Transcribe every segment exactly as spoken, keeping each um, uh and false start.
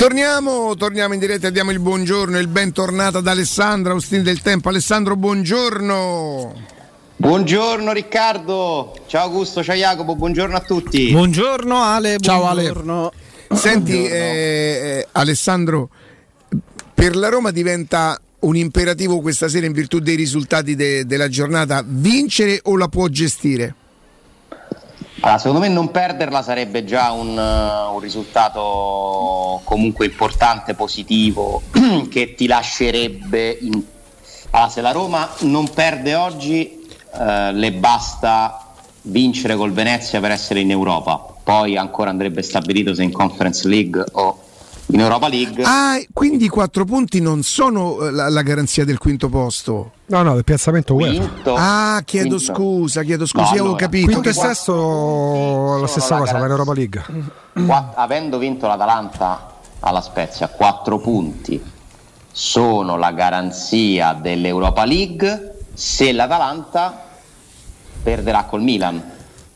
Torniamo, torniamo in diretta e diamo il buongiorno e il bentornato ad Alessandro Austini del Tempo. Alessandro, buongiorno. Buongiorno Riccardo, ciao Augusto, ciao Jacopo, buongiorno a tutti. Buongiorno Ale, ciao buongiorno. Ale. Senti buongiorno. Eh, Alessandro, per la Roma diventa un imperativo questa sera in virtù dei risultati de- della giornata vincere o la può gestire? Allora, secondo me non perderla sarebbe già un, uh, un risultato comunque importante, positivo, che ti lascerebbe in... Allora, se la Roma non perde oggi, uh, le basta vincere col Venezia per essere in Europa, poi ancora andrebbe stabilito se in Conference League o in Europa League. Ah, quindi i quattro punti non sono la, la garanzia del quinto posto? No, no, del piazzamento Quinto, Ah, chiedo quinto. scusa, chiedo scusa, No, io allora, avevo capito. Quinto e che... sesto la stessa cosa, va in Europa League. Qua, avendo vinto l'Atalanta alla Spezia, quattro punti sono la garanzia dell'Europa League se l'Atalanta perderà col Milan.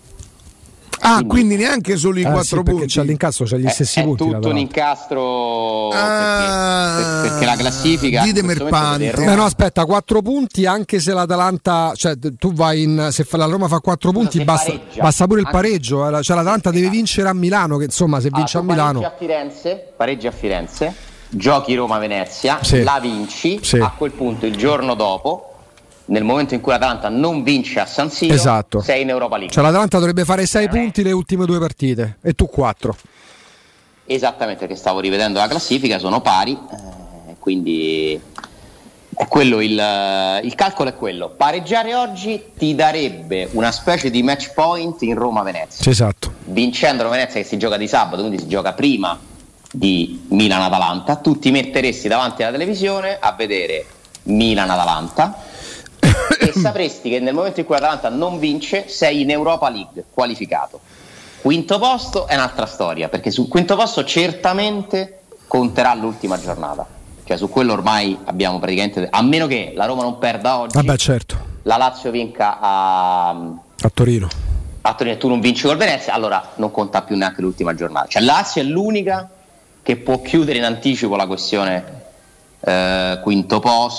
Ah, quindi, quindi neanche solo i eh, quattro sì, punti. perché c'è l'incasso, c'è gli è, stessi è punti. È tutto un incastro ah, perché, perché la classifica dite merpante. Beh, no, aspetta, quattro punti anche se l'Atalanta, cioè tu vai in, se la Roma fa quattro punti basta, basta pure il pareggio, eh, cioè l'Atalanta deve vincere a Milano, che insomma se vince allora, a Milano pareggi a Firenze, pareggi a Firenze, giochi Roma-Venezia, sì. la vinci, sì. A quel punto il giorno dopo, nel momento in cui l'Atalanta non vince a San Siro, esatto. sei in Europa League. Cioè l'Atalanta dovrebbe fare sei punti le ultime due partite e tu quattro. Esattamente, che stavo rivedendo la classifica, sono pari, eh, quindi è quello il, il calcolo è quello. Pareggiare oggi ti darebbe una specie di match point in Roma-Venezia. Esatto. Vincendo Venezia, che si gioca di sabato, quindi si gioca prima di Milan-Atalanta, tu ti metteresti davanti alla televisione a vedere Milan-Atalanta e sapresti che nel momento in cui l'Atalanta non vince sei in Europa League, qualificato. Quinto posto è un'altra storia, perché sul quinto posto certamente conterà l'ultima giornata, cioè su quello ormai abbiamo praticamente, a meno che la Roma non perda oggi. Vabbè, certo. La Lazio vinca a, a Torino a Torino e tu non vinci col Venezia, allora non conta più neanche l'ultima giornata, cioè la Lazio è l'unica che può chiudere in anticipo la questione eh, quinto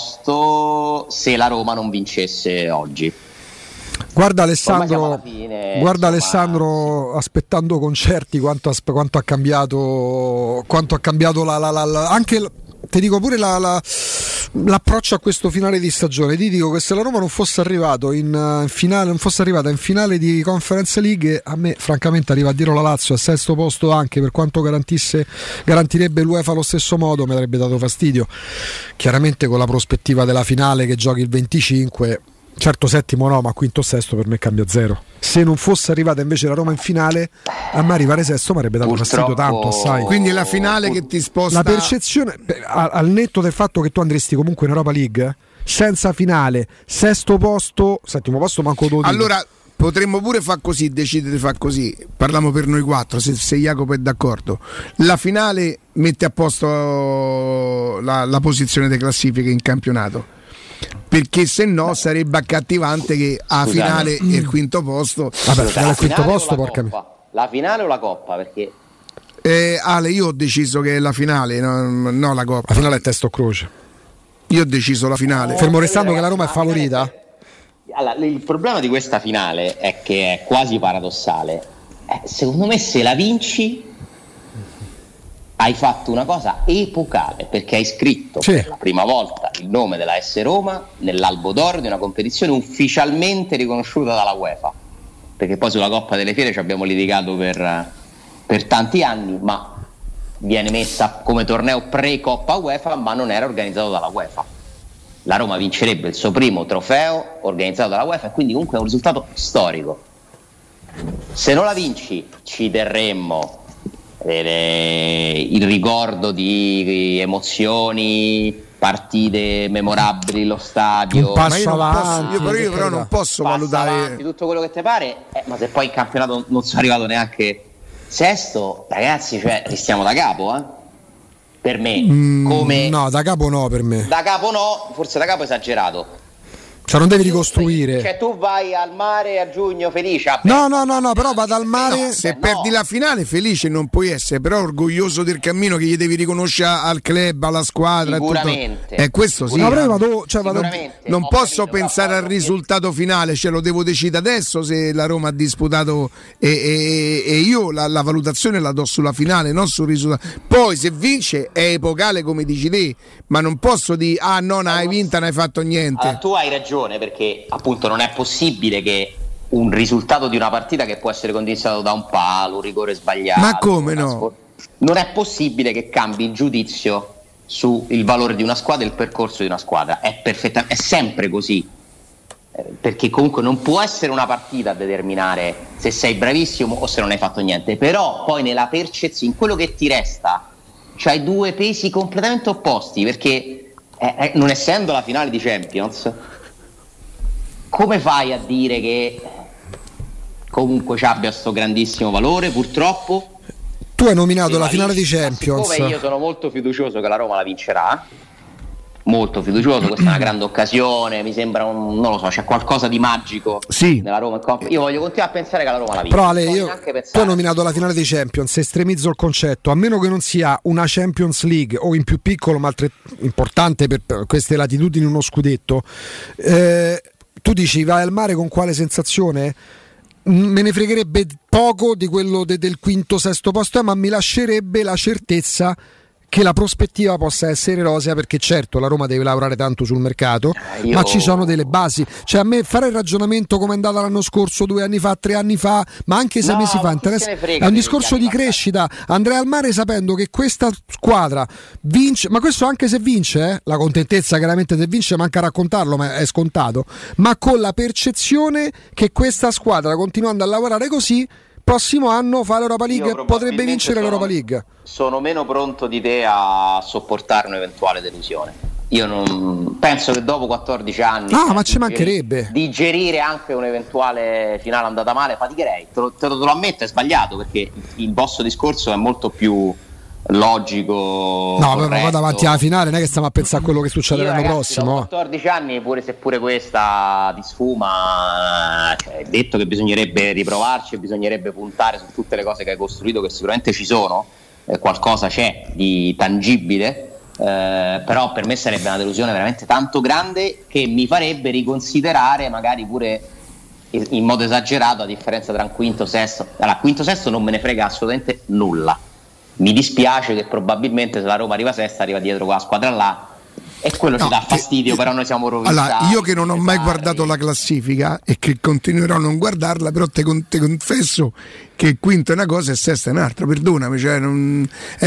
posto se la Roma non vincesse oggi. Guarda Alessandro, fine, guarda insomma, Alessandro sì. Aspettando concerti quanto ha, quanto ha cambiato, quanto ha cambiato la, la, la, la, anche ti dico pure la, la, l'approccio a questo finale di stagione. Ti dico che se la Roma non fosse arrivato in, in finale, non fosse arrivata in finale di Conference League, a me francamente arriva a dire la Lazio al sesto posto, anche per quanto garantisse, garantirebbe l'UEFA allo stesso modo, mi avrebbe dato fastidio. Chiaramente con la prospettiva della finale che giochi il venticinque, certo settimo no, ma quinto o sesto per me cambia zero. Se non fosse arrivata invece la Roma in finale, a me arrivare sesto mi avrebbe dato Purtroppo... fastidio tanto, assai. Quindi è la finale che ti sposta. La percezione, al netto del fatto che tu andresti comunque in Europa League, senza finale, sesto posto, settimo posto manco dodici. Allora potremmo pure far così, decidere di far così. Parliamo per noi quattro, se, se Jacopo è d'accordo. La finale mette a posto la, la posizione delle classifiche in campionato. Perché se no sarebbe accattivante che a Scusate. finale mm. il quinto posto. Vabbè, la il quinto posto, porca mia. La finale o la Coppa? Perché eh, Ale, io ho deciso che è la finale, no, no la Coppa. La finale è testo croce. Io ho deciso la finale. Oh, fermo restando che la Roma è favorita. Allora, il problema di questa finale è che è quasi paradossale. Eh, secondo me se la vinci hai fatto una cosa epocale, perché hai scritto sì. per la prima volta il nome della S Roma nell'albo d'oro di una competizione ufficialmente riconosciuta dalla UEFA, perché poi sulla Coppa delle Fiere ci abbiamo litigato per, per tanti anni, ma viene messa come torneo pre-Coppa UEFA, ma non era organizzato dalla UEFA. La Roma vincerebbe il suo primo trofeo organizzato dalla UEFA e quindi comunque è un risultato storico. Se non la vinci ci terremmo il ricordo di emozioni, partite memorabili, lo stadio. Un passo io avanti, posso, io però, io però non posso Passa valutare avanti, tutto quello che ti pare, eh, ma se poi in campionato non sono arrivato neanche sesto, ragazzi, cioè restiamo da capo, eh? Per me, mm, come no, da capo no, per me. Da capo no, forse da capo esagerato. Cioè non devi ricostruire. Cioè tu vai al mare a giugno felice? Vabbè. No, no, no, no, però vado al mare. No, se no. perdi la finale felice non puoi essere, però orgoglioso del cammino che gli devi riconoscere al club, alla squadra. Sicuramente. E questo sì. No, però io vado, cioè vado, non Ho posso capito, pensare al risultato finale, cioè lo devo decidere adesso se la Roma ha disputato e, e, e io la, la valutazione la do sulla finale, non sul risultato. Poi se vince è epocale come dici te, ma non posso dire ah no, non hai vinta, non hai fatto niente. Allora, tu hai ragione, perché appunto non è possibile che un risultato di una partita che può essere condizionato da un palo, un rigore sbagliato, Ma come no? Sport... non è possibile che cambi il giudizio sul valore di una squadra e il percorso di una squadra. È perfettamente, è sempre così, eh, perché comunque non può essere una partita a determinare se sei bravissimo o se non hai fatto niente. Però poi nella percezione, in quello che ti resta, c'hai due pesi completamente opposti, perché eh, eh, non essendo la finale di Champions, come fai a dire che comunque ci abbia sto grandissimo valore? Purtroppo tu hai nominato sì, la finale di vince, Champions. Siccome io sono molto fiducioso che la Roma la vincerà, molto fiducioso, questa è una grande occasione, mi sembra un, non lo so, c'è qualcosa di magico sì. nella Roma. Io voglio continuare a pensare che la Roma la vince. Però Ale, io, tu hai nominato la finale di Champions, estremizzo il concetto, a meno che non sia una Champions League o in più piccolo ma altrettanto importante per, per queste latitudini uno scudetto, eh, tu dici vai al mare con quale sensazione? Me ne fregherebbe poco di quello de, del quinto sesto posto, ma mi lascerebbe la certezza che la prospettiva possa essere rosea, perché certo la Roma deve lavorare tanto sul mercato, eh, io... ma ci sono delle basi. Cioè a me fare il ragionamento come è andata l'anno scorso, due anni fa, tre anni fa, ma anche sei no, mesi fa interessa... è un discorso di crescita. Andrei al mare sapendo che questa squadra vince, ma questo anche se vince, eh? La contentezza chiaramente se vince manca a raccontarlo, ma è scontato, ma con la percezione che questa squadra, continuando a lavorare così, prossimo anno fa l'Europa League, potrebbe vincere sono, l'Europa League. Sono meno pronto di te a sopportare un'eventuale delusione. Io non penso che dopo quattordici anni ah, ma ci mancherebbe digerire anche un'eventuale finale andata male, faticherei. Te lo, te lo, te lo ammetto, è sbagliato, perché il vostro discorso è molto più logico. No, però vado avanti alla finale, non è che stiamo a pensare a quello che succede l'anno prossimo. Dopo quattordici anni, pure se pure questa ti sfuma, cioè, è detto che bisognerebbe riprovarci e bisognerebbe puntare su tutte le cose che hai costruito, che sicuramente ci sono, eh, qualcosa c'è di tangibile, eh, però per me sarebbe una delusione veramente tanto grande, che mi farebbe riconsiderare magari pure in modo esagerato la differenza tra un quinto e sesto. Allora, quinto e sesto non me ne frega assolutamente nulla. Mi dispiace che probabilmente se la Roma arriva sesta arriva dietro quella squadra là, e quello no, ci dà fastidio, che, però noi siamo rovesciati. Allora, io che non ho mai guardato la classifica e che continuerò a non guardarla, però te, te confesso che il quinto è una cosa e sesta è un'altra, perdonami, cioè non,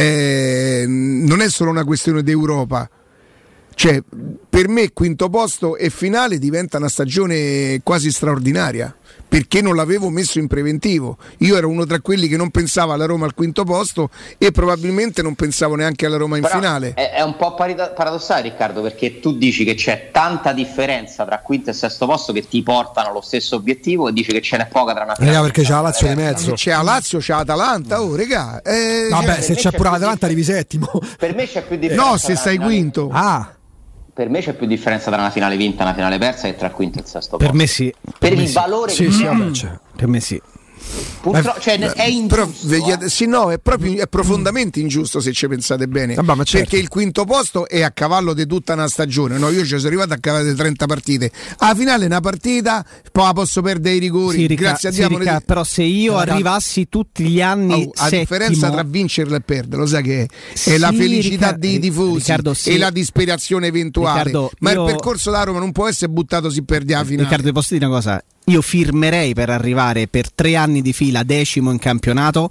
eh, non è solo una questione d'Europa. Cioè, per me quinto posto e finale diventa una stagione quasi straordinaria, perché non l'avevo messo in preventivo. Io ero uno tra quelli che non pensava alla Roma al quinto posto e probabilmente non pensavo neanche alla Roma in Però finale. È, è un po' paradossale, Riccardo, perché tu dici che c'è tanta differenza tra quinto e sesto posto che ti portano allo stesso obiettivo, e dici che ce n'è poca tra una finale. Eh, perché c'è la Lazio di mezzo. C'è la Lazio, c'è l'Atalanta, oh regà. Eh, Vabbè, cioè, se c'è pure l'Atalanta arrivi settimo. Per me c'è più differenza. No, se stai quinto. Ah. Per me c'è più differenza tra una finale vinta e una finale persa che tra il quinto e il sesto posto. Per me sì. Per, per il me sì. valore sì, che sì, mm. c'è. Per me sì. Purtroppo, cioè, è ingiusto. Però, eh. sì, no, è proprio è profondamente ingiusto se ci pensate bene. Vabbè, ma certo. Perché il quinto posto è a cavallo di tutta una stagione. No, io ci sono arrivato a cavallo di trenta partite. Alla finale è una partita, poi la posso perdere i rigori. Sì, Ricca, grazie a sì, Dio. Ricca, però se io arrivassi tutti gli anni oh, a settimo... differenza tra vincerla e perderla, lo sai che è, sì, è la felicità Ricca, dei tifosi Riccardo, sì. e la disperazione eventuale. Riccardo, ma io... il percorso da Roma non può essere buttato si perde la finale. Riccardo, ti posso dire una cosa? Io firmerei per arrivare per tre anni di fila decimo in campionato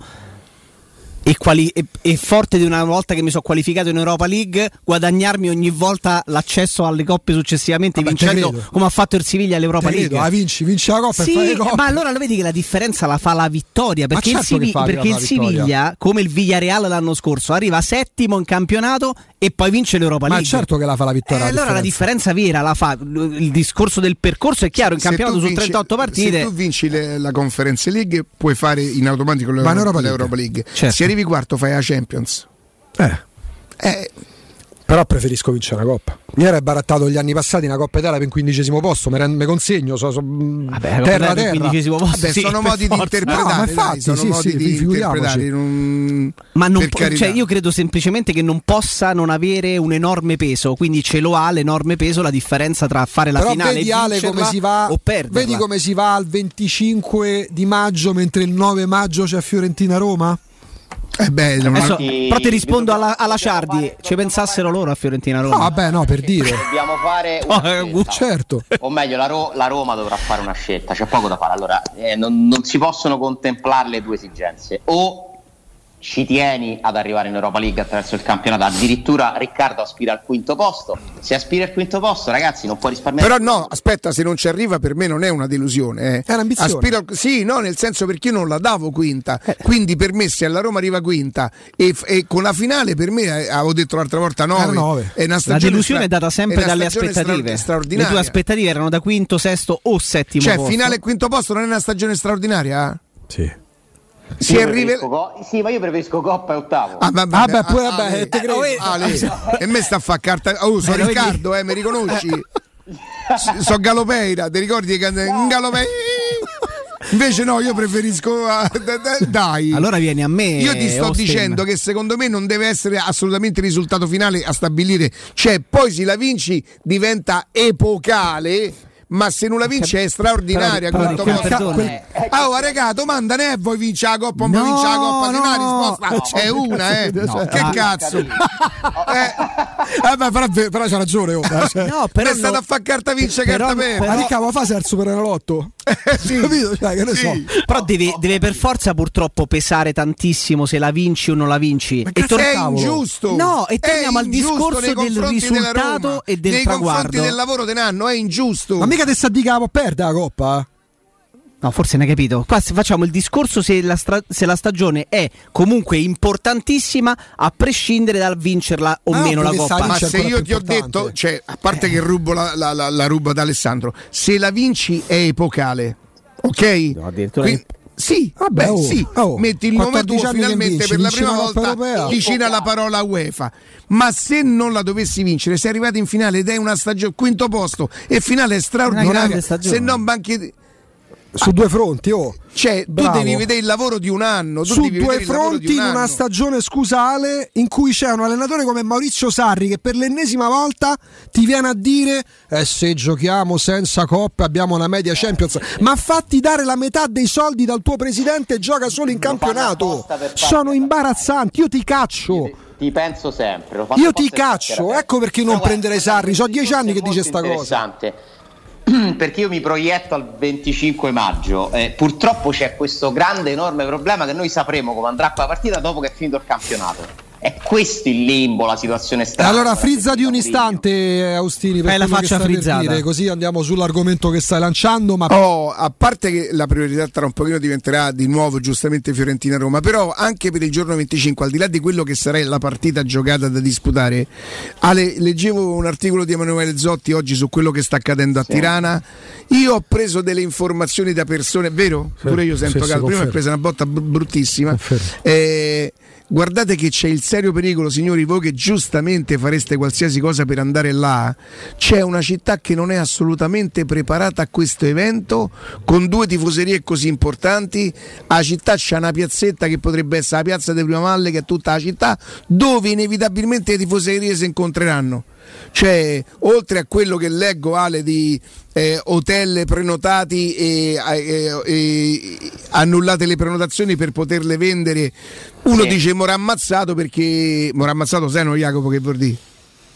e, quali- e-, e forte di una volta che mi sono qualificato in Europa League, guadagnarmi ogni volta l'accesso alle coppe successivamente. Vabbè, vincendo come ha fatto il Siviglia all'Europa te League. Ah, vinci, vinci la coppa sì, e fai le coppe. Ma allora lo vedi che la differenza la fa la vittoria, perché certo il, Sivi- fa, perché il Siviglia, come il Villarreal l'anno scorso, arriva settimo in campionato e poi vince l'Europa League. Ma certo che la fa la vittoria. Eh, allora la differenza vera la fa. Il discorso del percorso è chiaro, in se campionato su vinci, trentotto partite. Se tu vinci le, la Conference League puoi fare in automatico l'Europa, l'Europa League. Certo. Se arrivi quarto fai la Champions. Eh. Eh, Però preferisco vincere una Coppa. Mi era barattato gli anni passati una Coppa Italia per il quindicesimo posto, me ne consegno, so, so, Vabbè, terra terra. quindicesimo posto, Vabbè, sì, sono modi di interpretare, no, ma dai, infatti, sono sì, modi sì, di interpretare. Non... Ma non per po- carità. cioè, io credo semplicemente che non possa non avere un enorme peso, quindi ce lo ha l'enorme peso la differenza tra fare la Però finale vedi e Ale vincerla come si va, o perderla. vedi come si va al venticinque di maggio mentre il nove maggio c'è Fiorentina-Roma? È bello, Adesso, ma... Sì, però ti rispondo dobbiamo- alla, alla dobbiamo Ciardi, fare- ci pensassero loro a Fiorentina Roma. No, vabbè, no, per dire. Dobbiamo fare Oh, una eh, scelta. Certo. O meglio, la, Ro- la Roma dovrà fare una scelta, c'è poco da fare. Allora, eh, non, non si possono contemplare le due esigenze. O ci tieni ad arrivare in Europa League attraverso il campionato, addirittura Riccardo aspira al quinto posto. Se aspira al quinto posto, ragazzi, non può risparmiare. Però no, aspetta, se non ci arriva per me non è una delusione. Eh. È un'ambizione. Aspiro al- sì, no, nel senso perché io non la davo quinta. Quindi per me se alla Roma arriva quinta e, e con la finale per me, eh, avevo detto l'altra volta nove, Era nove. è una La stagione delusione stra- è data sempre è una dalle stagione aspettative. stra- Le straordinaria. tue aspettative erano da quinto, sesto o settimo Cioè, posto. finale e quinto posto non è una stagione straordinaria? Sì. Si Io arriva... preferisco co- sì, ma io preferisco Coppa e ottavo. Ah, vabbè, Vabbè, ah, pure, ah, vabbè, Ale, te credo. eh, Ale, e me sta a fa carta. Oh, sono Eh, lo vedi? Riccardo, eh, mi riconosci? S- so Galopeira, ti ricordi che in Galopeira? Invece no, io preferisco ah, d- d- dai. Allora vieni a me. Io ti sto Austin. dicendo che secondo me non deve essere assolutamente il risultato finale a stabilire, cioè poi se la vinci diventa epocale. Ma se non la vince è straordinaria. Però- quanto però- costa. perdona, Quel- Ah, oh, raga, domandane e voi vince la Coppa o non No, vince la Coppa? no. La risposta No, è una, eh. no, che ah, cazzo? Eh, Eh, beh, però, però c'ha ragione. Oh, eh, cioè. No, però però è stato no- a far carta vince però- carta aperta. Ma Riccardo, ma fa se al Superenalotto? Eh, sì. Capito? Cioè, che ne Sì. so. Però deve, deve per forza purtroppo pesare tantissimo se la vinci o non la vinci. Ma E cazzo tor- È cavolo. ingiusto. No, e È torniamo al ingiusto discorso nei del confronti della risultato Roma. e del nei traguardo. confronti del lavoro te n'hanno, è ingiusto. Ma mica te sta di capo perde la Coppa? No, forse ne hai capito. Qua se facciamo il discorso se la, stra- se la stagione è comunque importantissima a prescindere dal vincerla o Ah, meno la perché sta Coppa. Ma vince se ancora io più ti ho importante. detto, cioè, a parte che rubo la, la, la, la rubo ad Alessandro, se la vinci è epocale, ok? No, addirittura- Qui- sì, Vabbè, beh, oh, sì. oh, metti il nome quattordici tuo anni che finalmente vinci, per la vinci prima una Coppa volta Europea. vicino alla parola UEFA. Ma se non la dovessi vincere, sei arrivato in finale ed è una stagione quinto posto e finale è straordinaria, grande stagione. se no banchi. Su due fronti, oh. Cioè, Bravo. tu devi vedere il lavoro di un anno. Tu Su devi due vedere il lavoro fronti di in un una anno. stagione, scusa Ale, in cui c'è un allenatore come Maurizio Sarri che per l'ennesima volta ti viene a dire eh se giochiamo senza coppe abbiamo una media Champions, ma fatti dare la metà dei soldi dal tuo presidente e gioca solo in Lo fanno campionato. apposta per farti Sono arrabbiare. imbarazzanti, io ti caccio. Ti penso sempre. lo faccio Io ti apposta per caccio, farti ecco perché non arrabbiare. prendere Però guarda, Sarri, so questo dieci anni che discorso dice è sta molto cosa. interessante. Perché io mi proietto al venticinque maggio. Eh, purtroppo c'è questo grande, enorme problema che noi sapremo come andrà quella partita dopo che è finito il campionato. È questo il limbo, la situazione strana. Allora frizza di un istante Austini per Fai la quello che faccia stai per frizzata. dire, così andiamo sull'argomento che stai lanciando, ma Oh, a parte che la priorità tra un pochino diventerà di nuovo giustamente Fiorentina-Roma, però anche per il giorno venticinque, al di là di quello che sarà la partita giocata da disputare, Ale, leggevo un articolo di Emanuele Zotti oggi su quello che sta accadendo a Sì. Tirana. Io ho preso delle informazioni da persone, vero? Sì, Pure io sento sì, sì, caldo. Prima ho confermo. preso una botta br- bruttissima. Confermo. Eh, guardate che c'è il serio pericolo, signori, voi che giustamente fareste qualsiasi cosa per andare là. C'è una città che non è assolutamente preparata a questo evento, con due tifoserie così importanti. La città c'ha una piazzetta che potrebbe essere la piazza di Prima Valle, che è tutta la città, dove inevitabilmente le tifoserie si incontreranno. Cioè, oltre a quello che leggo, Ale, di eh, hotel prenotati e, e, e annullate le prenotazioni per poterle vendere, uno Sì. dice morà ammazzato perché morà ammazzato, sai no Jacopo che vuol dire?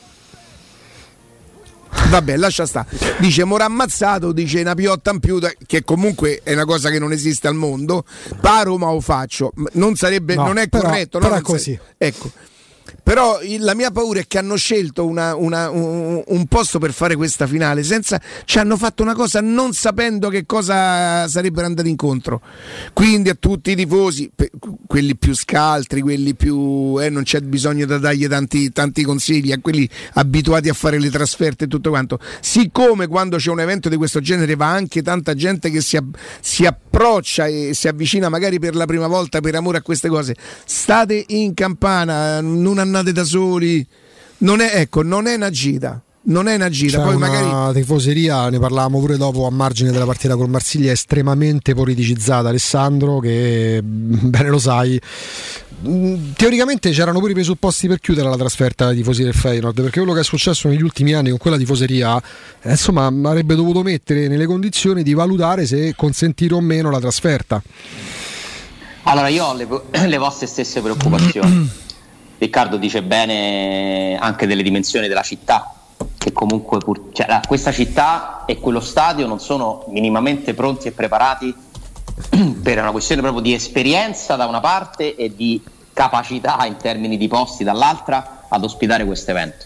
Vabbè, lascia sta. Dice morà ammazzato, dice una piotta in più, da- che comunque è una cosa che non esiste al mondo. Pa a Roma lo faccio, non sarebbe, No, non è però- corretto, però no? è Non sa- così. Ecco. Però il- la mia paura è che hanno scelto una- una- un, un posto per fare questa finale senza, ci hanno fatto una cosa non sapendo che cosa sarebbero andati incontro. Quindi a tutti i tifosi, pe- quelli più scaltri, quelli più eh, non c'è bisogno da dargli tanti, tanti consigli, a quelli abituati a fare le trasferte e tutto quanto. Siccome quando c'è un evento di questo genere va anche tanta gente che si, ab- si approccia e si avvicina magari per la prima volta per amore a queste cose, state in campana, non andate da soli, non è, ecco, non è una gita. Non è una gita, c'è poi una magari tifoseria, ne parlavamo pure dopo a margine della partita col Marsiglia, estremamente politicizzata, Alessandro, che bene lo sai. Teoricamente c'erano pure i presupposti per chiudere la trasferta ai tifosi del Feyenoord, perché quello che è successo negli ultimi anni con quella tifoseria eh, insomma avrebbe dovuto mettere nelle condizioni di valutare se consentire o meno la trasferta. Allora io ho le, le vostre stesse preoccupazioni. Riccardo dice bene anche delle dimensioni della città, che comunque pur, cioè, questa città e quello stadio non sono minimamente pronti e preparati per una questione proprio di esperienza da una parte e di capacità in termini di posti dall'altra ad ospitare questo evento,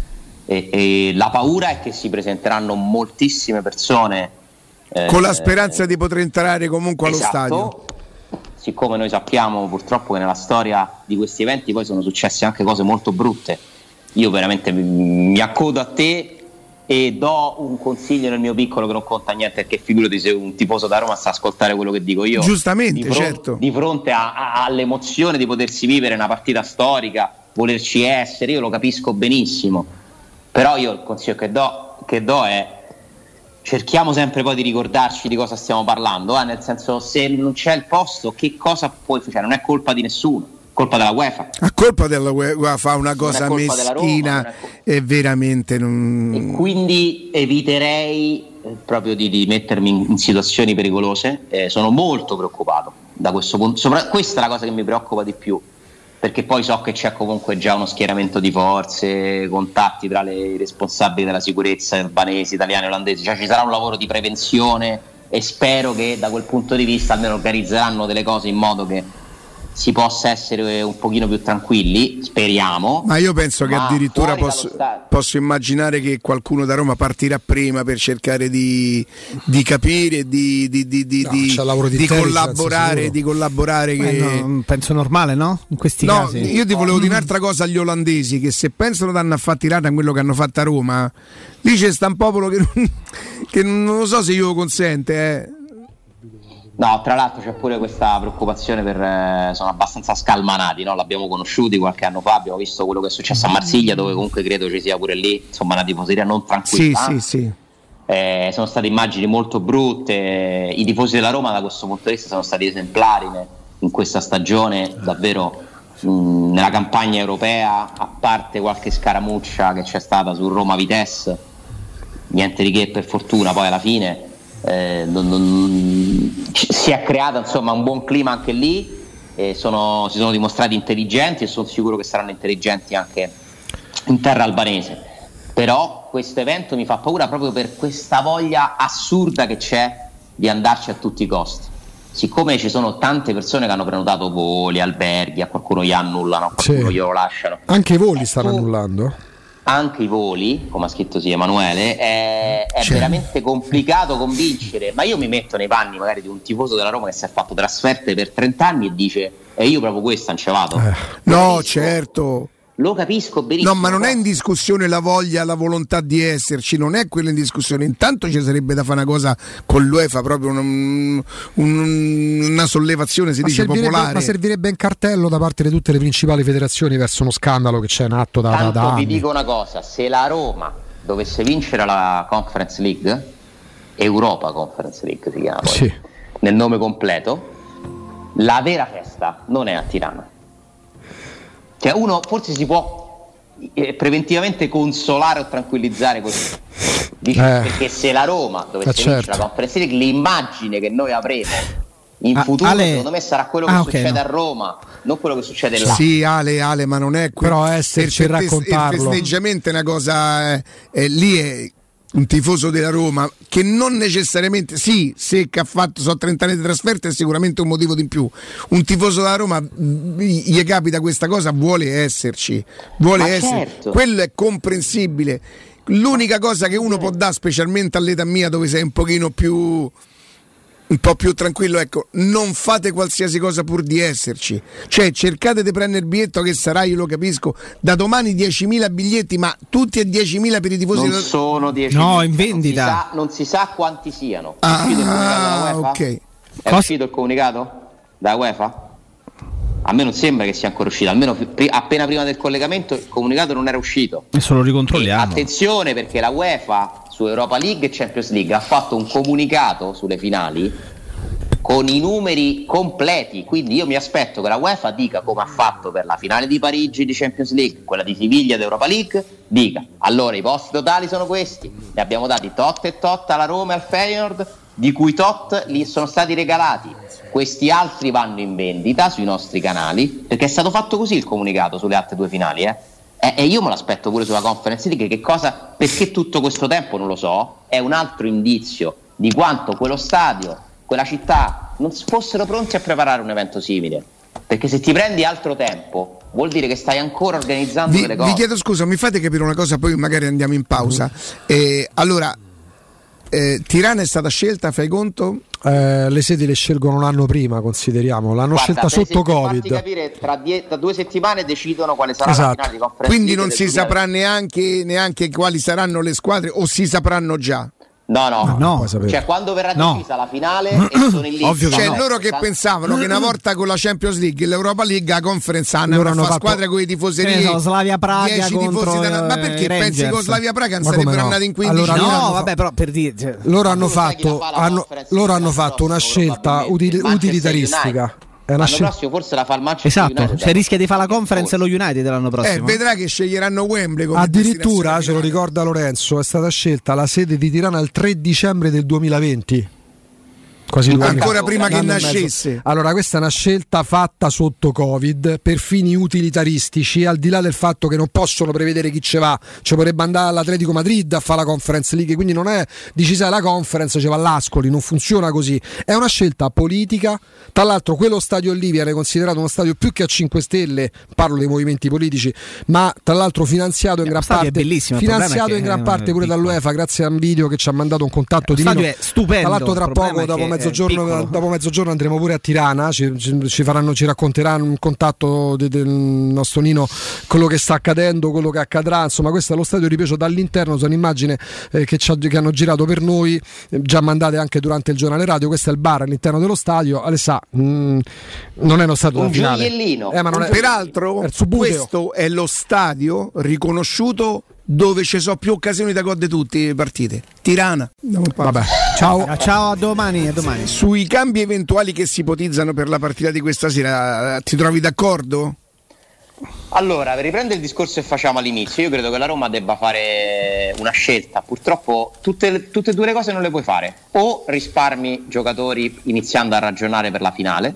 e, e la paura è che si presenteranno moltissime persone eh, con la speranza di poter entrare comunque esatto, allo stadio. Siccome noi sappiamo purtroppo che nella storia di questi eventi poi sono successe anche cose molto brutte, io veramente mi accodo a te e do un consiglio nel mio piccolo che non conta niente, perché figurati se un tifoso da Roma sta a ascoltare quello che dico io, giustamente, di, fron- certo. di fronte a- a- all'emozione di potersi vivere una partita storica, volerci essere, io lo capisco benissimo, però io il consiglio che do, che do è cerchiamo sempre poi di ricordarci di cosa stiamo parlando, eh? Nel senso, se non c'è il posto che cosa puoi fare? Non è colpa di nessuno, colpa della UEFA. A colpa della UEFA fa una cosa meschina Roma, e veramente non... E quindi eviterei eh, proprio di, di mettermi in, in situazioni pericolose, eh, sono molto preoccupato da questo punto, sopra, questa è la cosa che mi preoccupa di più, perché poi so che c'è comunque già uno schieramento di forze, contatti tra le responsabili della sicurezza albanesi, italiani e olandesi, cioè ci sarà un lavoro di prevenzione e spero che da quel punto di vista almeno organizzeranno delle cose in modo che si possa essere un pochino più tranquilli, speriamo. Ma io penso che addirittura posso, posso immaginare che qualcuno da Roma partirà prima per cercare di, di capire, di, di, di, di, no, di, di collaborare, di collaborare eh che... no, penso normale, no? In questi no, casi. Io ti volevo dire un'altra cosa agli olandesi, che se pensano danno a fattirata in quello che hanno fatto a Roma, lì c'è sta un popolo che non, che non lo so se io lo consente, eh. No, tra l'altro c'è pure questa preoccupazione per eh, sono abbastanza scalmanati, no? L'abbiamo conosciuti qualche anno fa, abbiamo visto quello che è successo a Marsiglia, dove comunque credo ci sia pure lì, insomma, una tifoseria non tranquilla. Sì, sì, sì. Eh, sono state immagini molto brutte, i tifosi della Roma da questo punto di vista sono stati esemplari in questa stagione, davvero mh, nella campagna europea, a parte qualche scaramuccia che c'è stata su Roma-Vitesse, niente di che per fortuna, poi alla fine Eh, non, non, si è creato insomma un buon clima anche lì, e sono, si sono dimostrati intelligenti e sono sicuro che saranno intelligenti anche in terra albanese, però questo evento mi fa paura proprio per questa voglia assurda che c'è di andarci a tutti i costi, siccome ci sono tante persone che hanno prenotato voli, alberghi, a qualcuno gli annullano, a qualcuno sì. glielo lasciano, anche i voli eh, stanno tu, annullando anche i voli, come ha scritto sì Emanuele, è, è veramente complicato convincere, ma io mi metto nei panni magari di un tifoso della Roma che si è fatto trasferte per trenta anni e dice e io proprio questa non ce vado. Eh. No, capisco, certo. Lo capisco benissimo. No, ma non è in discussione la voglia, la volontà di esserci, non è quella in discussione. Intanto ci sarebbe da fare una cosa con l'UEFA, proprio un, un, una sollevazione, si ma dice popolare. Ma servirebbe un cartello da parte di tutte le principali federazioni verso uno scandalo che c'è in atto da, Tanto da, da vi anni. dico una cosa, se la Roma dovesse vincere la Conference League, Europa Conference League si chiama poi, sì. nel nome completo, la vera festa non è a Tirana. Cioè uno forse si può eh, preventivamente consolare o tranquillizzare così, dice, eh, perché se la Roma dovesse certo. vincere la Conference League, l'immagine che noi avremo in ah, futuro Ale... secondo me sarà quello che ah, okay, succede no. a Roma, non quello che succede là. Sì, Ale, Ale, ma non è quello. Però esserci per raccontarlo. Il festeggiamento è una cosa, è, è, lì è un tifoso della Roma che non necessariamente, sì, se che ha fatto so trenta anni di trasferta è sicuramente un motivo di più. Un tifoso della Roma gli capita questa cosa, vuole esserci, vuole ma essere, certo. Quello è comprensibile. L'unica cosa che uno può dare, specialmente all'età mia dove sei un pochino più un po' più tranquillo, ecco, non fate qualsiasi cosa pur di esserci, cioè cercate di prendere il biglietto che sarà, io lo capisco, da domani diecimila biglietti, ma tutti e diecimila per i tifosi non da... sono diecimila, no, in vendita, non si sa, non si sa quanti siano. È ah, uscito il comunicato dalla UEFA? Okay. È Cos- uscito il comunicato da UEFA? A me non sembra che sia ancora uscito, almeno pri- appena prima del collegamento il comunicato non era uscito. Adesso lo ricontrolliamo. E attenzione, perché la UEFA su Europa League e Champions League ha fatto un comunicato sulle finali con i numeri completi, quindi io mi aspetto che la UEFA dica, come ha fatto per la finale di Parigi di Champions League, quella di Siviglia di Europa League, dica allora i posti totali sono questi, ne abbiamo dati tot e tot alla Roma e al Feyenoord, di cui tot li sono stati regalati, questi altri vanno in vendita sui nostri canali, perché è stato fatto così il comunicato sulle altre due finali, eh? E, e io me l'aspetto pure sulla Conference League, che cosa, perché tutto questo tempo non lo so, è un altro indizio di quanto quello stadio, quella città non fossero pronti a preparare un evento simile, perché se ti prendi altro tempo vuol dire che stai ancora organizzando vi, delle cose. Vi chiedo scusa, mi fate capire una cosa, poi magari andiamo in pausa. Eh, allora, eh, Tirana è stata scelta, fai conto? Eh, le sedi le scelgono un anno prima, consideriamo, l'hanno Guarda, scelta sotto Covid. Per capire, tra, die- tra due settimane decidono quale sarà Esatto. la finale di Conference Quindi League non si del saprà neanche, neanche quali saranno le squadre, o si sapranno già? No, no, no. cioè quando verrà No. decisa la finale e sono in lista. Ovvio che Cioè no. loro che pensavano che una volta con la Champions League e l'Europa League la Conference hanno Loro una hanno fa fatto- squadra con i Che tifoserie, ne so, Slavia Praga dieci contro, tifosi da- ma eh, perché i pensi Rangers? con Slavia Praga non Ma come sarebbero no? andati in quindici? Allora, loro No, hanno vabbè, però per dire, cioè, Loro hanno tu sai chi la fatto, fa la hanno, Conference loro League hanno fatto una l'anno scelta probabilmente. util- Manchester utilitaristica. United. È una L'anno scelta. prossimo forse la fa il Manchester esatto, United. cioè rischia di fare la Conference e lo United l'anno Eh, prossimo. vedrà che sceglieranno Wembley come Addirittura, destinazione ce lo finale. ricorda Lorenzo, è stata scelta la sede di Tirana il tre dicembre del duemilaventi. Quasi due anni Ancora fa. prima Un che anno e mezzo. nascesse. Allora, questa è una scelta fatta sotto Covid per fini utilitaristici, al di là del fatto che non possono prevedere chi ci va, ci potrebbe andare all'Atletico Madrid a fare la Conference League, quindi non è dici sai la Conference, ci va l'Ascoli, non funziona così. È una scelta politica. Tra l'altro quello stadio lì viene considerato uno stadio più che a cinque stelle, parlo dei movimenti politici, ma tra l'altro finanziato in Lo gran stadio è parte bellissimo, il finanziato problema è in che gran è parte pure piccolo. dall'UEFA, grazie a un video che ci ha mandato un contatto Lo di stadio Nino. è stupendo, Tra l'altro tra il problema poco è dopo che è mezzogiorno, piccolo. dopo mezzogiorno andremo pure a Tirana, ci, ci, ci faranno, ci racconteranno un contatto de, del nostro Nino, quello che sta accadendo, quello che accadrà. Insomma, questo è lo stadio ripreso dall'interno, sono immagini eh, che, ci ha, che hanno girato per noi, eh, già mandate anche durante il giornale radio. Questo è il bar all'interno dello stadio. Alessà, mh, non è uno stadio Un da finale. gioiellino. Eh, ma non è, Peraltro è il subuteo. questo è lo stadio riconosciuto dove ci sono più occasioni da gol di tutte le partite. Tirana. Vabbè, ciao. Ah, ciao, a domani, a domani. Sui cambi eventuali che si ipotizzano per la partita di questa sera, ti trovi d'accordo? Allora, per riprendere il discorso che facciamo all'inizio, io credo che la Roma debba fare una scelta. Purtroppo tutte, tutte e due le cose non le puoi fare. O risparmi giocatori iniziando a ragionare per la finale,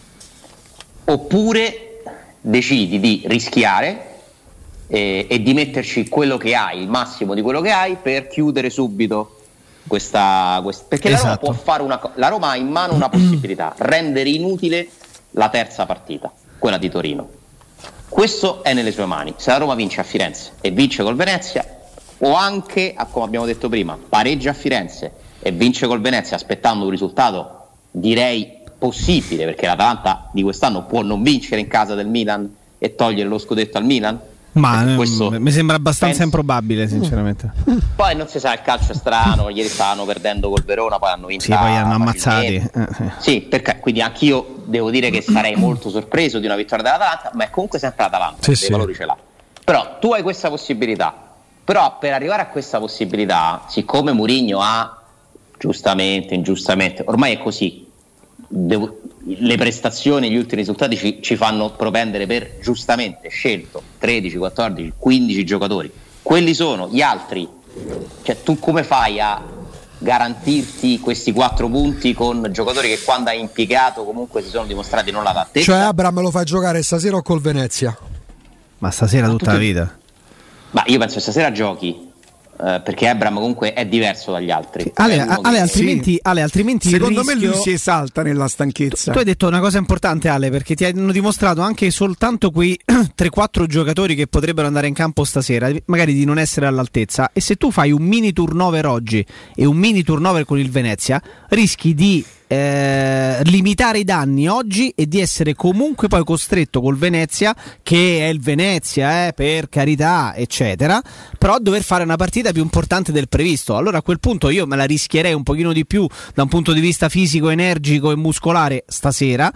oppure decidi di rischiare e, e di metterci quello che hai, il massimo di quello che hai, per chiudere subito questa, questa perché Esatto. la Roma può fare una co- la Roma ha in mano una possibilità: rendere inutile la terza partita, quella di Torino. Questo è nelle sue mani. Se la Roma vince a Firenze e vince col Venezia, o anche, come abbiamo detto prima, pareggia a Firenze e vince col Venezia aspettando un risultato direi possibile, perché l'Atalanta di quest'anno può non vincere in casa del Milan e togliere lo scudetto al Milan. Ma Perché questo eh, mi sembra abbastanza penso- improbabile, sinceramente. Poi non si sa, il calcio è strano, ieri stavano perdendo col Verona, poi hanno vinto. Sì, poi hanno ammazzati. Eh, sì. Sì, perché quindi anch'io devo dire che sarei molto sorpreso di una vittoria dell'Atalanta, ma è comunque sempre l'Atalanta, Sì, dei sì. valori ce l'ha. Però tu hai questa possibilità. Però per arrivare a questa possibilità, siccome Mourinho ha, giustamente, ingiustamente, ormai è così, devo- le prestazioni, gli ultimi risultati ci, ci fanno propendere per, giustamente, scelto tredici, quattordici, quindici giocatori. Quelli sono gli altri. Cioè tu come fai a garantirti questi quattro punti con giocatori che quando hai impiegato comunque si sono dimostrati non all'altezza? Cioè Abram lo fai giocare stasera o col Venezia? Ma stasera tutta tutti- la vita. Ma io penso che stasera giochi, eh, perché Abram comunque è diverso dagli altri. Ale, È uno Ale, che- altrimenti, Ale, altrimenti il Secondo me rischio- lui si esalta nella stanchezza. Tu hai detto una cosa importante, Ale, perché ti hanno dimostrato anche soltanto quei tre quattro giocatori che potrebbero andare in campo stasera, magari di non essere all'altezza. E se tu fai un mini turnover oggi e un mini turnover con il Venezia, rischi di eh, limitare i danni oggi e di essere comunque poi costretto col Venezia, che è il Venezia, eh, per carità, eccetera, però a dover fare una partita più importante del previsto. Allora a quel punto io me la rischierei un pochino di più da un punto di vista fisico, energico e muscolare stasera.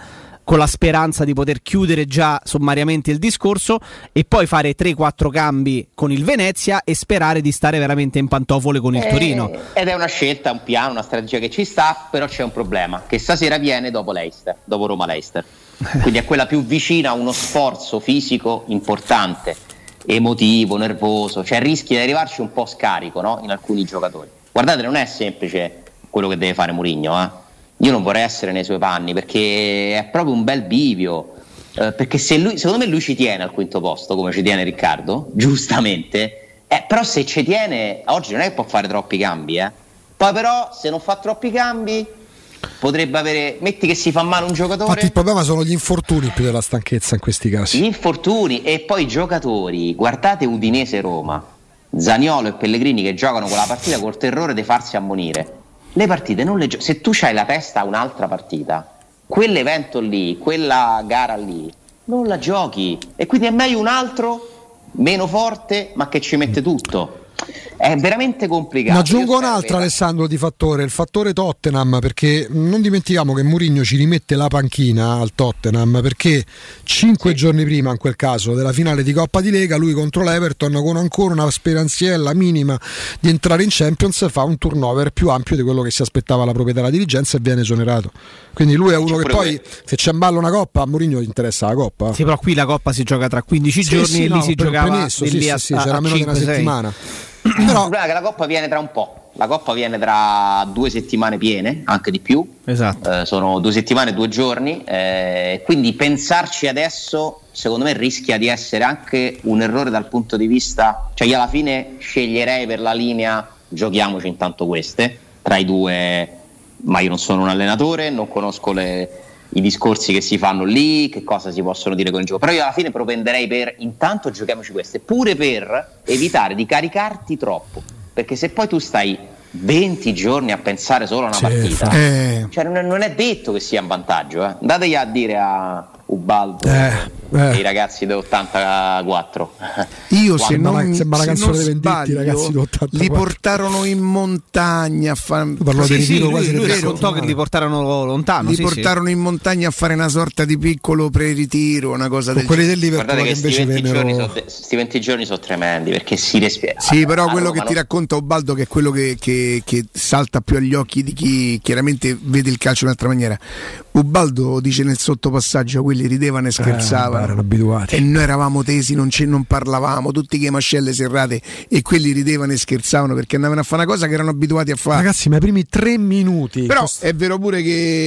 con la speranza di poter chiudere già sommariamente il discorso e poi fare tre quattro cambi con il Venezia e sperare di stare veramente in pantofole con il eh, Torino. Ed è una scelta, un piano, una strategia che ci sta, però c'è un problema, che stasera viene dopo Leicester, dopo Roma-Leicester. Quindi è quella più vicina a uno sforzo fisico importante, emotivo, nervoso, cioè rischi di arrivarci un po' scarico, no? In alcuni giocatori. Guardate, non è semplice quello che deve fare Mourinho, eh? Io non vorrei essere nei suoi panni perché è proprio un bel bivio, eh, perché se lui, secondo me lui ci tiene al quinto posto come ci tiene Riccardo, giustamente, eh, però se ci tiene oggi non è che può fare troppi cambi, eh. Poi però se non fa troppi cambi potrebbe avere, metti che si fa male un giocatore. Infatti il problema sono gli infortuni più della stanchezza in questi casi. Gli infortuni e poi i giocatori, guardate Udinese-Roma, Zaniolo e Pellegrini che giocano quella partita col terrore di farsi ammonire. Le partite non le gio- se tu c'hai la testa a un'altra partita, quell'evento lì, quella gara lì, non la giochi e quindi è meglio un altro meno forte ma che ci mette tutto. È veramente complicato. Ne aggiungo un'altra, Alessandro, di fattore, il fattore Tottenham, perché non dimentichiamo che Mourinho ci rimette la panchina al Tottenham perché cinque sì. giorni prima, in quel caso, della finale di Coppa di Lega, lui contro l'Everton, con ancora una speranziella minima di entrare in Champions, fa un turnover più ampio di quello che si aspettava la proprietà della dirigenza e viene esonerato. Quindi lui è uno che poi, se c'è in ballo una Coppa, a Mourinho gli interessa la Coppa. Sì, però qui la Coppa si gioca tra quindici sì, giorni sì, e no, lì si giocava premesso, sì, lì a, sì, sì, a, c'era a meno di una settimana. Il problema è che la Coppa viene tra un po', la Coppa viene tra due settimane piene, anche di più. Esatto. Eh, sono due settimane e due giorni, eh, quindi pensarci adesso secondo me rischia di essere anche un errore dal punto di vista, cioè io alla fine sceglierei per la linea giochiamoci intanto queste tra i due, ma io non sono un allenatore, non conosco le, i discorsi che si fanno lì, che cosa si possono dire con il gioco, però io alla fine propenderei per intanto giochiamoci queste, pure per evitare di caricarti troppo, perché se poi tu stai venti giorni a pensare solo a una Certo. partita, Eh. cioè non è, non è detto che sia un vantaggio, eh. Andategli a dire a Ubaldo Eh, e eh. i ragazzi dell'ottantaquattro. Io se Sembra non, una- sembra una se canzone non dei Venditti, sbaglio, ragazzi dell'ottantaquattro. li portarono in montagna a fare Parlo Sì, di sì, ritiro lui, quasi lui del raccontò settimana. che li portarono lontano. li sì, portarono in montagna a fare una sorta di piccolo pre-ritiro, una cosa Con del quelli genere. del Liverpool Guardate che che sti invece venti, giorni vennero sono, sti venti giorni sono tremendi perché si respira. Sì, però a quello Roma, che ti no? racconta Ubaldo, che è quello che, che, che salta più agli occhi di chi chiaramente vede il calcio in un'altra maniera. Ubaldo dice nel sottopassaggio quelli ridevano e scherzavano, Eh, erano abituati. e noi eravamo tesi, non, ce, non parlavamo, tutti che mascelle serrate, e quelli ridevano e scherzavano perché andavano a fare una cosa che erano abituati a fare. Ragazzi, ma i primi tre minuti. Però Cost- è vero pure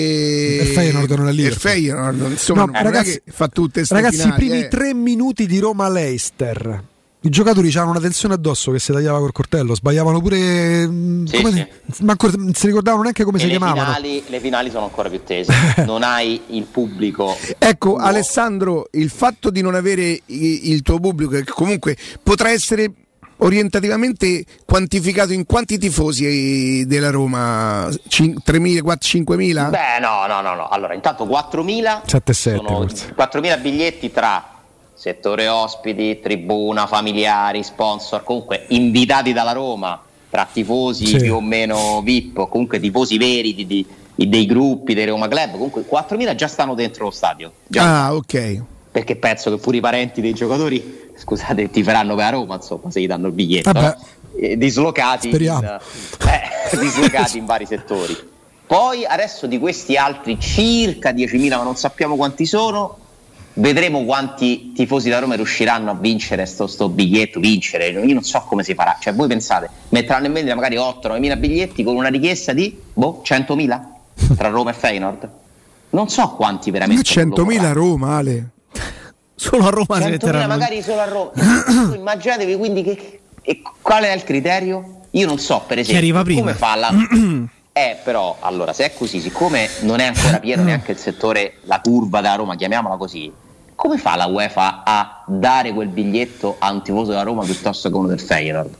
che Il Feyenoord non è lì. il Feyenoord, insomma, No, non ragazzi, è che fa tutte ste Ragazzi, finali, i primi eh. tre minuti di Roma-Leicester. I giocatori avevano una tensione addosso che si tagliava col coltello, sbagliavano pure. Sì, come sì. si, ma ancora, non si ricordavano neanche come E si le chiamavano. finali, le finali sono ancora più tese, non hai il pubblico. Ecco, No. Alessandro, il fatto di non avere i- il tuo pubblico, che comunque potrà essere orientativamente quantificato in quanti tifosi della Roma? Cin- tremila, quattro, cinquemila? Beh, no, no, no, no. Allora, intanto quattromila sette sette sono forse. quattromila biglietti tra settore ospiti, tribuna, familiari, sponsor, comunque invitati dalla Roma, tra tifosi Sì. più o meno V I P, o comunque tifosi veri di, di- di- dei gruppi, dei Roma Club, comunque quattromila già stanno dentro lo stadio. Già, Ah, ok. perché penso che pure i parenti dei giocatori, scusate, ti faranno per a Roma, insomma, se gli danno il biglietto, Vabbè. no? Eh, dislocati, Speriamo. in, eh, dislocati in vari settori. Poi adesso di questi altri circa diecimila, ma non sappiamo quanti sono, vedremo quanti tifosi da Roma riusciranno a vincere sto, sto biglietto, vincere, io non so come si farà, cioè voi pensate, metteranno in vendita magari otto nove mila biglietti con una richiesta di, boh, centomila tra Roma e Feyenoord? Non so quanti Ma veramente. centomila a Roma, Ale. Solo a Roma si centomila metteranno. magari solo a Roma. Immaginatevi quindi che, e qual è il criterio? Io non so, per esempio, arriva prima. come fa la eh però allora se è così, siccome non è ancora pieno neanche il settore, la curva da Roma, chiamiamola così, come fa la UEFA a dare quel biglietto a un tifoso della Roma piuttosto che uno del Feyenoord?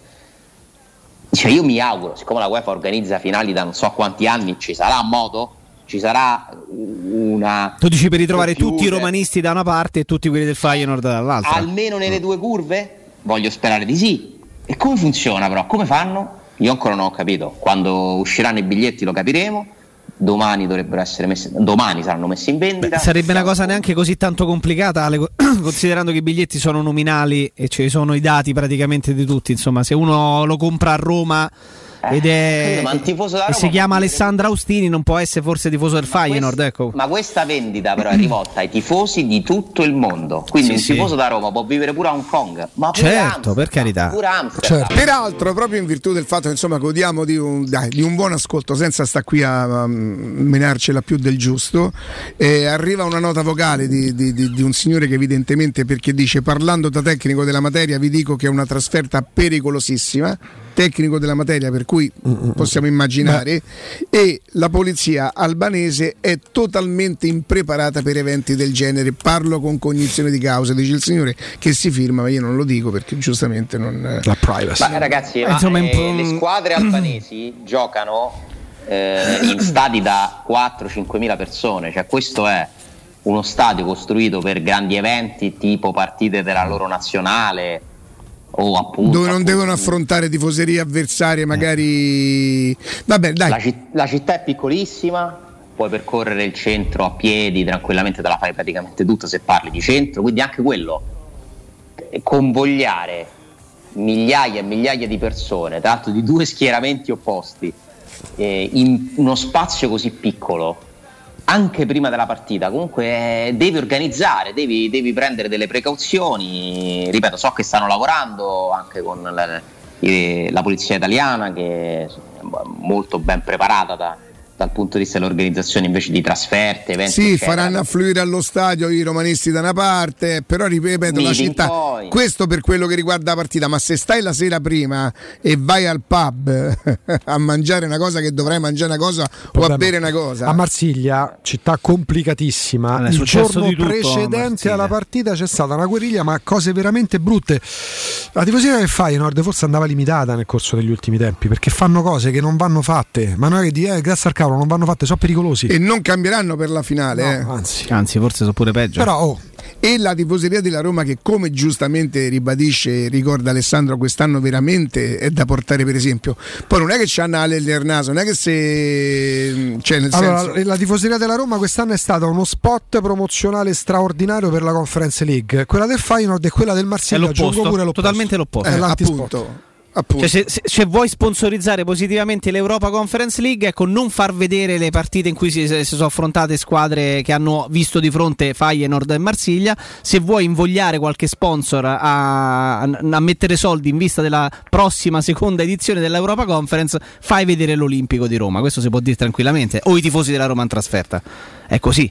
Cioè io mi auguro, siccome la UEFA organizza finali da non so quanti anni, ci sarà modo? Ci sarà una... Tu dici per ritrovare computer, tutti i romanisti da una parte e tutti quelli del Feyenoord dall'altra. almeno nelle due curve? Voglio sperare di sì. E come funziona però? Come fanno? Io ancora non ho capito. Quando usciranno i biglietti lo capiremo. domani dovrebbero essere messi, domani saranno messi in vendita. Beh, sarebbe una cosa neanche così tanto complicata, Ale, considerando che i biglietti sono nominali e ci sono i dati praticamente di tutti, insomma, se uno lo compra a Roma ed è, ma un tifoso da Roma e si chiama dire... Alessandro Austini, non può essere forse tifoso del ma Feyenoord, quest... ecco. Ma questa vendita però è rivolta ai tifosi di tutto il mondo, quindi sì, un tifoso sì. da Roma può vivere pure a Hong Kong, ma pure certo, per carità, pure certo. Peraltro, proprio in virtù del fatto che insomma godiamo di un, dai, di un buon ascolto senza sta qui a um, menarcela più del giusto, eh, arriva una nota vocale di, di, di, di un signore che evidentemente, perché dice: parlando da tecnico della materia vi dico che è una trasferta pericolosissima, tecnico della materia, per cui possiamo immaginare, e la polizia albanese è totalmente impreparata per eventi del genere, parlo con cognizione di causa, dice il signore che si firma, ma io non lo dico perché giustamente non... la privacy. Ma ragazzi, ma, Insomma, eh, le squadre albanesi giocano eh, in stadi da quattro-cinque mila persone, cioè questo è uno stadio costruito per grandi eventi tipo partite della loro nazionale, o appunto, dove non appunto, devono affrontare tifoserie avversarie magari. Vabbè, dai. La, citt- la città è piccolissima, puoi percorrere il centro a piedi tranquillamente, te la fai praticamente tutta se parli di centro, quindi anche quello, convogliare migliaia e migliaia di persone, tra l'altro di due schieramenti opposti, eh, in uno spazio così piccolo, anche prima della partita, comunque eh, devi organizzare, devi, devi prendere delle precauzioni. Ripeto, so che stanno lavorando anche con la, la polizia italiana, che è molto ben preparata da, dal punto di vista dell'organizzazione invece di trasferte, eventi, sì, eccetera. Faranno affluire allo stadio i romanisti da una parte, però ripeto, la città, poi. Questo per quello che riguarda la partita, ma se stai la sera prima e vai al pub a mangiare una cosa che dovrai mangiare una cosa Problema. o a bere una cosa, a Marsiglia, città complicatissima, il giorno precedente alla partita c'è stata una guerriglia, ma cose veramente brutte. La tifoseria del Feyenoord forse andava limitata nel corso degli ultimi tempi, perché fanno cose che non vanno fatte, ma non è che di, eh, grazie al cavolo non vanno fatte, sono pericolosi e non cambieranno per la finale, no, eh. anzi. anzi forse sono pure peggio, però oh. E la tifoseria della Roma, che come giustamente ribadisce e ricorda Alessandro, quest'anno veramente è da portare per esempio. Poi non è che c'hanno Ale nel naso, non è che se cioè nel allora, senso... la tifoseria della Roma quest'anno è stata uno spot promozionale straordinario per la Conference League. Quella del Feyenoord e quella del Marsiglia è l'opposto, pure l'opposto. Totalmente l'opposto, eh, è appunto. Cioè, se, se, se vuoi sponsorizzare positivamente l'Europa Conference League, ecco, non far vedere le partite in cui si, si sono affrontate squadre che hanno visto di fronte Feyenoord e Marsiglia. Se vuoi invogliare qualche sponsor a, a mettere soldi in vista della prossima seconda edizione dell'Europa Conference, fai vedere l'Olimpico di Roma, questo si può dire tranquillamente, o i tifosi della Roma in trasferta, è così.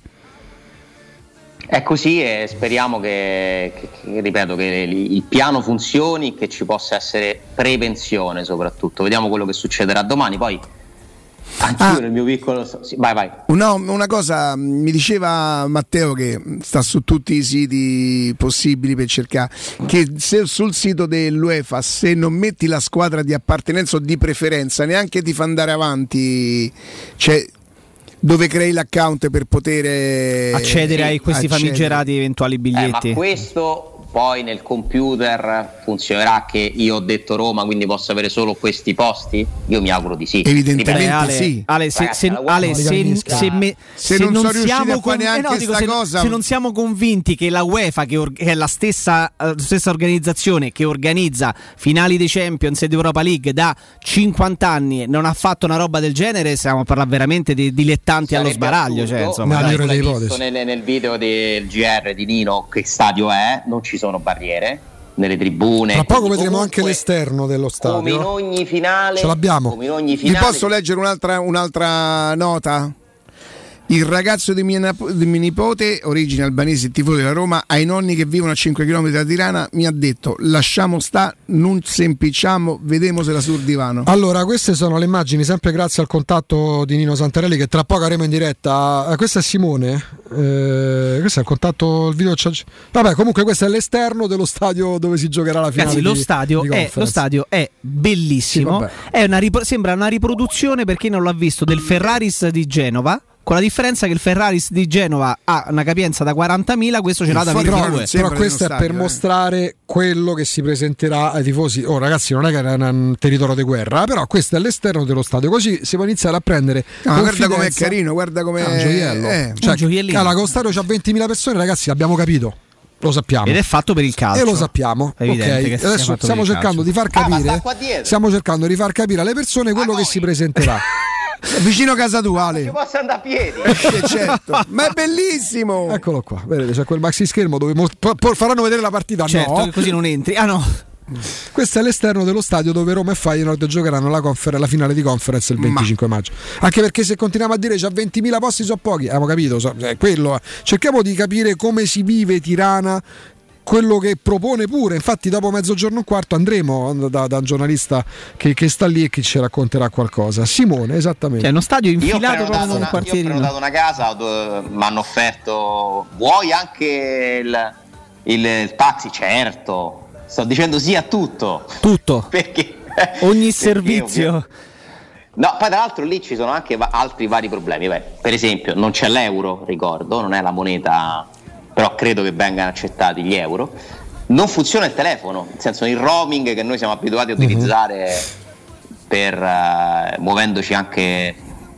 È così e speriamo che, che, che ripeto, che il piano funzioni, che ci possa essere prevenzione soprattutto. Vediamo quello che succederà domani. Poi anch'io ah, nel mio piccolo sì, vai vai. No, una cosa mi diceva Matteo, che sta su tutti i siti possibili per cercare, che se sul sito dell'UEFA, se non metti la squadra di appartenenza o di preferenza, neanche ti fa andare avanti, cioè dove crei l'account per poter accedere a questi accedere. famigerati eventuali biglietti. Eh, ma questo poi nel computer funzionerà che io ho detto Roma, quindi posso avere solo questi posti? Io mi auguro di sì. Evidentemente Beh, Ale, sì. Ale, se, Ragazzi, se, Ale, se, se, me, se, se non, non sono siamo a fare neanche con, eh no, dico, sta se, cosa, se non siamo convinti che la UEFA, che, or, che è la stessa, uh, stessa organizzazione che organizza finali dei Champions ed Europa League da cinquanta anni, non ha fatto una roba del genere, stiamo a parlare veramente di dilettanti allo sbaraglio. Cioè, insomma, no, dai, l'hai visto nel, nel video del G R di Nino che stadio è, non ci sono barriere nelle tribune. Tra poco vedremo anche l'esterno dello stadio. Come in ogni finale, ce l'abbiamo. Come in ogni finale. Vi posso leggere un'altra, un'altra nota? Il ragazzo di mia, di mia nipote, origine albanese e tifoso della Roma, ai nonni che vivono a cinque chilometri da Tirana, mi ha detto: lasciamo sta, non se impicciamo, vedemo se la sul divano. Allora, queste sono le immagini, sempre grazie al contatto di Nino Santarelli, che tra poco avremo in diretta. Questa è Simone, eh, questo è il contatto, il video. Vabbè, comunque questo è l'esterno dello stadio dove si giocherà la finale. Ragazzi, lo, di, stadio di è, lo stadio è bellissimo, sì, è una ripro- sembra una riproduzione, per chi non l'ha visto, del Ferraris di Genova, con la differenza che il Ferraris di Genova ha una capienza da quarantamila, questo ce l'ha da ventidue. Però questo è per mostrare quello che si presenterà ai tifosi. Oh ragazzi, non è che è un territorio di guerra, però questo è all'esterno dello stadio, così si può iniziare a prendere no, guarda com'è carino, guarda com'è ah, un gioiello. Eh, cioè, un gioiellino. Allora, lo stadio c'ha ventimila persone, ragazzi, l'abbiamo capito. Lo sappiamo. Ed è fatto per il calcio. E lo sappiamo. È evidente okay. che Adesso stiamo cercando di far capire. Ah, stiamo cercando di far capire alle persone quello ah, che si presenterà. Vicino a casa tua, Ale. Ci posso andare a piedi. Eh, certo. Ma è bellissimo. Eccolo qua. Vedete, c'è quel maxi schermo dove mo- po- po- faranno vedere la partita. Certo, no. così non entri. Ah no. Questo è all'esterno dello stadio dove Roma e Feyenoord giocheranno la, confer- la finale di conference il venticinque Ma. maggio. Anche perché se continuiamo a dire già ventimila posti sono pochi, abbiamo capito, so, è quello. Cerchiamo di capire come si vive Tirana, quello che propone pure. Infatti dopo mezzogiorno e un quarto andremo da, da un giornalista che, che sta lì e che ci racconterà qualcosa. Simone, esattamente. C'è uno stadio infilato proprio in un quartierino. Io ho prenotato una casa dove mi hanno offerto vuoi anche il, il, il taxi? Certo. Sto dicendo sì a tutto. Tutto. Perché ogni perché servizio. Ovvio. No, poi tra l'altro lì ci sono anche va- altri vari problemi. Beh, per esempio, non c'è l'euro, ricordo, non è la moneta, però credo che vengano accettati gli euro. Non funziona il telefono, nel senso il roaming che noi siamo abituati a utilizzare uh-huh. per uh, muovendoci anche.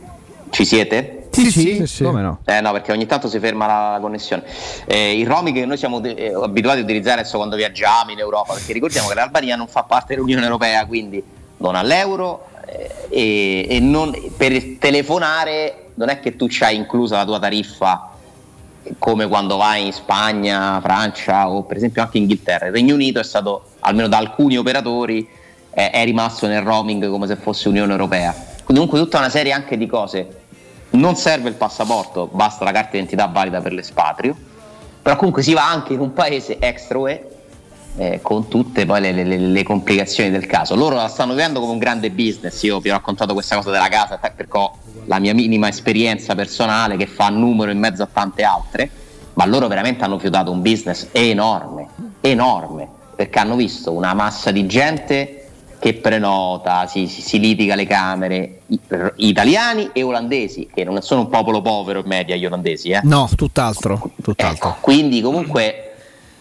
Ci siete? Sì, sì, sì, sì. Come no? Eh no, perché ogni tanto si ferma la, la connessione. Eh, il roaming che noi siamo de- eh, abituati a utilizzare adesso quando viaggiamo in Europa, perché ricordiamo che l'Albania non fa parte dell'Unione Europea, quindi non ha l'euro eh, e, e non, per telefonare non è che tu c'hai inclusa la tua tariffa come quando vai in Spagna, Francia o per esempio anche Inghilterra. Il Regno Unito è stato, almeno da alcuni operatori, eh, è rimasto nel roaming come se fosse Unione Europea. Comunque tutta una serie anche di cose. Non serve il passaporto, basta la carta d'identità valida per l'espatrio, però comunque si va anche in un paese extra U E eh, con tutte poi le, le, le complicazioni del caso. Loro la stanno vivendo come un grande business. Io vi ho raccontato questa cosa della casa perché ho la mia minima esperienza personale che fa numero in mezzo a tante altre, ma loro veramente hanno fiutato un business enorme, enorme, perché hanno visto una massa di gente che prenota, si, si, si litiga le camere, italiani e olandesi, che non sono un popolo povero in media gli olandesi, eh? No, tutt'altro, tutt'altro. Ecco, quindi comunque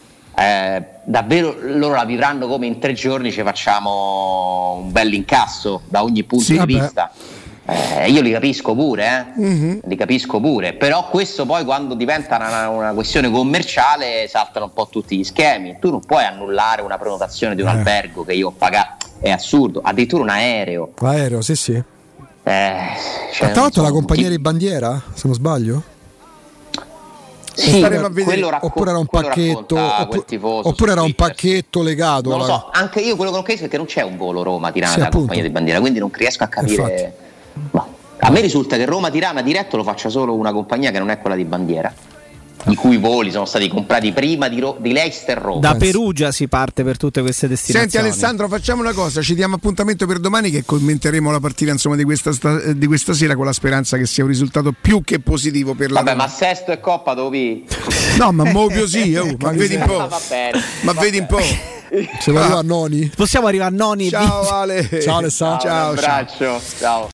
eh, davvero loro la vivranno come in tre giorni ci facciamo un bel incasso da ogni punto sì, di vabbè. vista. Eh, io li capisco pure, eh? mm-hmm. li capisco pure, però questo poi quando diventa una, una questione commerciale saltano un po' tutti gli schemi. Tu non puoi annullare una prenotazione di un eh. albergo che io ho pagato, è assurdo, addirittura un aereo. L'aereo, sì sì. Eh, cioè, tra l'altro la compagnia chi... di bandiera, se non sbaglio? Sì, quello racco- oppure era un pacchetto oppure, oppure era un pacchetto legato. Non lo so, anche io quello che non capisco è che non c'è un volo Roma-Tirana sì, della compagnia di bandiera, quindi non riesco a capire. No. A me risulta che Roma-Tirana diretto lo faccia solo una compagnia che non è quella di bandiera, i cui voli sono stati comprati prima di, Ro- di Leicester-Roma. Da Perugia si parte per tutte queste destinazioni. Senti Alessandro, facciamo una cosa, ci diamo appuntamento per domani che commenteremo la partita insomma di questa, sta- di questa sera con la speranza che sia un risultato più che positivo per la Vabbè, Roma. ma sesto e Coppa dovi? No, ma Movio sì, oh, ma vedi un po'. Va bene, ma va vedi bene. un po'. Se va a Noni. Possiamo arrivare a Noni. Ciao Ale. Ciao Alessandro. Ciao, un abbraccio. Ciao.